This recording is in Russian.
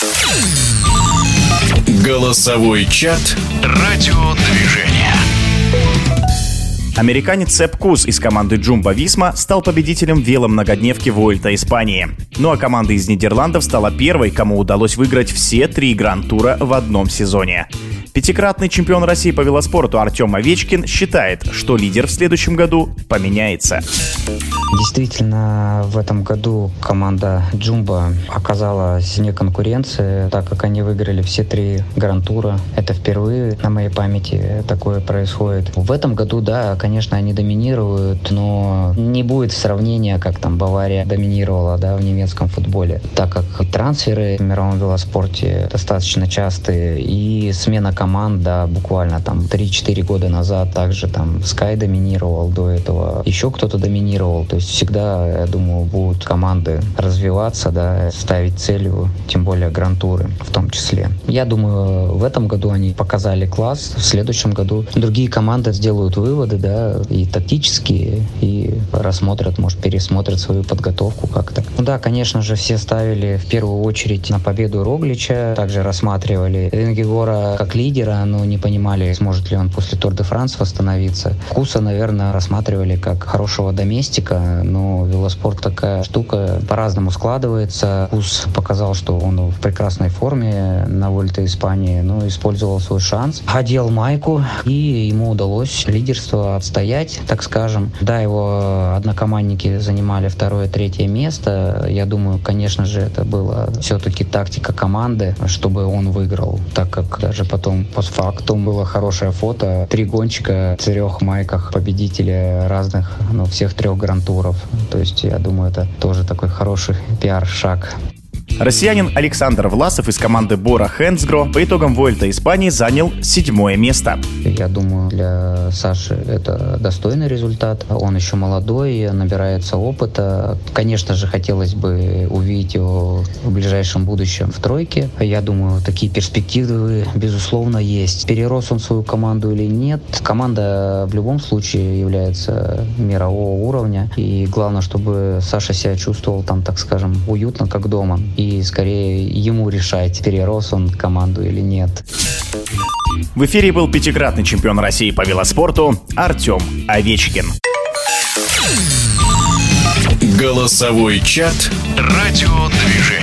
Голосовой чат радиодвижения. Американец Сеп Куз из команды Jumbo-Visma стал победителем веломногодневки Вуэльта Испании. Ну а команда из Нидерландов стала первой, кому удалось выиграть все 3 гран-тура в одном сезоне. Пятикратный чемпион России по велоспорту Артем Овечкин считает, что лидер в следующем году поменяется. Действительно, в этом году команда Jumbo оказалась вне конкуренции, так как они выиграли все 3 гран-тура. Это впервые на моей памяти такое происходит. В этом году, да, конечно, они доминируют, но не будет сравнения, как там Бавария доминировала, да, в немецком футболе, так как трансферы в мировом велоспорте достаточно частые, и смена команд, да, буквально там 3-4 года назад также там Sky доминировал, до этого еще кто-то доминировал. То есть всегда, я думаю, будут команды развиваться, да, ставить целью, тем более гран-туры в том числе. Я думаю, в этом году они показали класс, в следующем году другие команды сделают выводы, да, и тактические, и рассмотрят, может, пересмотрят свою подготовку как-то. Ну да, конечно же, все ставили в первую очередь на победу Роглича, также рассматривали Вингегора как лидера, но не понимали, сможет ли он после Тур де Франс восстановиться. Куса, наверное, рассматривали как хорошего доместика, но велоспорт такая штука, по-разному складывается. Кус показал, что он в прекрасной форме на Вуэльте Испании, но использовал свой шанс, одел майку, и ему удалось лидерство отстоять, так скажем. Да, его однокомандники занимали 2-3 место. Я думаю, конечно же, это была все-таки тактика команды, чтобы он выиграл, так как даже потом постфактум было хорошее фото. 3 гонщика в 3 майках, победители разных, всех 3 гран-туров. То есть, я думаю, это тоже такой хороший пиар-шаг. Россиянин Александр Власов из команды Bora Hansgrohe по итогам Вуэльта Испании занял 7-е место. Я думаю, для Саши это достойный результат. Он еще молодой, набирается опыта. Конечно же, хотелось бы увидеть его в ближайшем будущем в тройке. Я думаю, такие перспективы, безусловно, есть. Перерос он свою команду или нет? Команда в любом случае является мирового уровня. И главное, чтобы Саша себя чувствовал там, так скажем, уютно, как дома. И скорее ему решать, перерос он команду или нет. В эфире был 5-кратный чемпион России по велоспорту Артем Овечкин. Голосовой чат радиодвижения.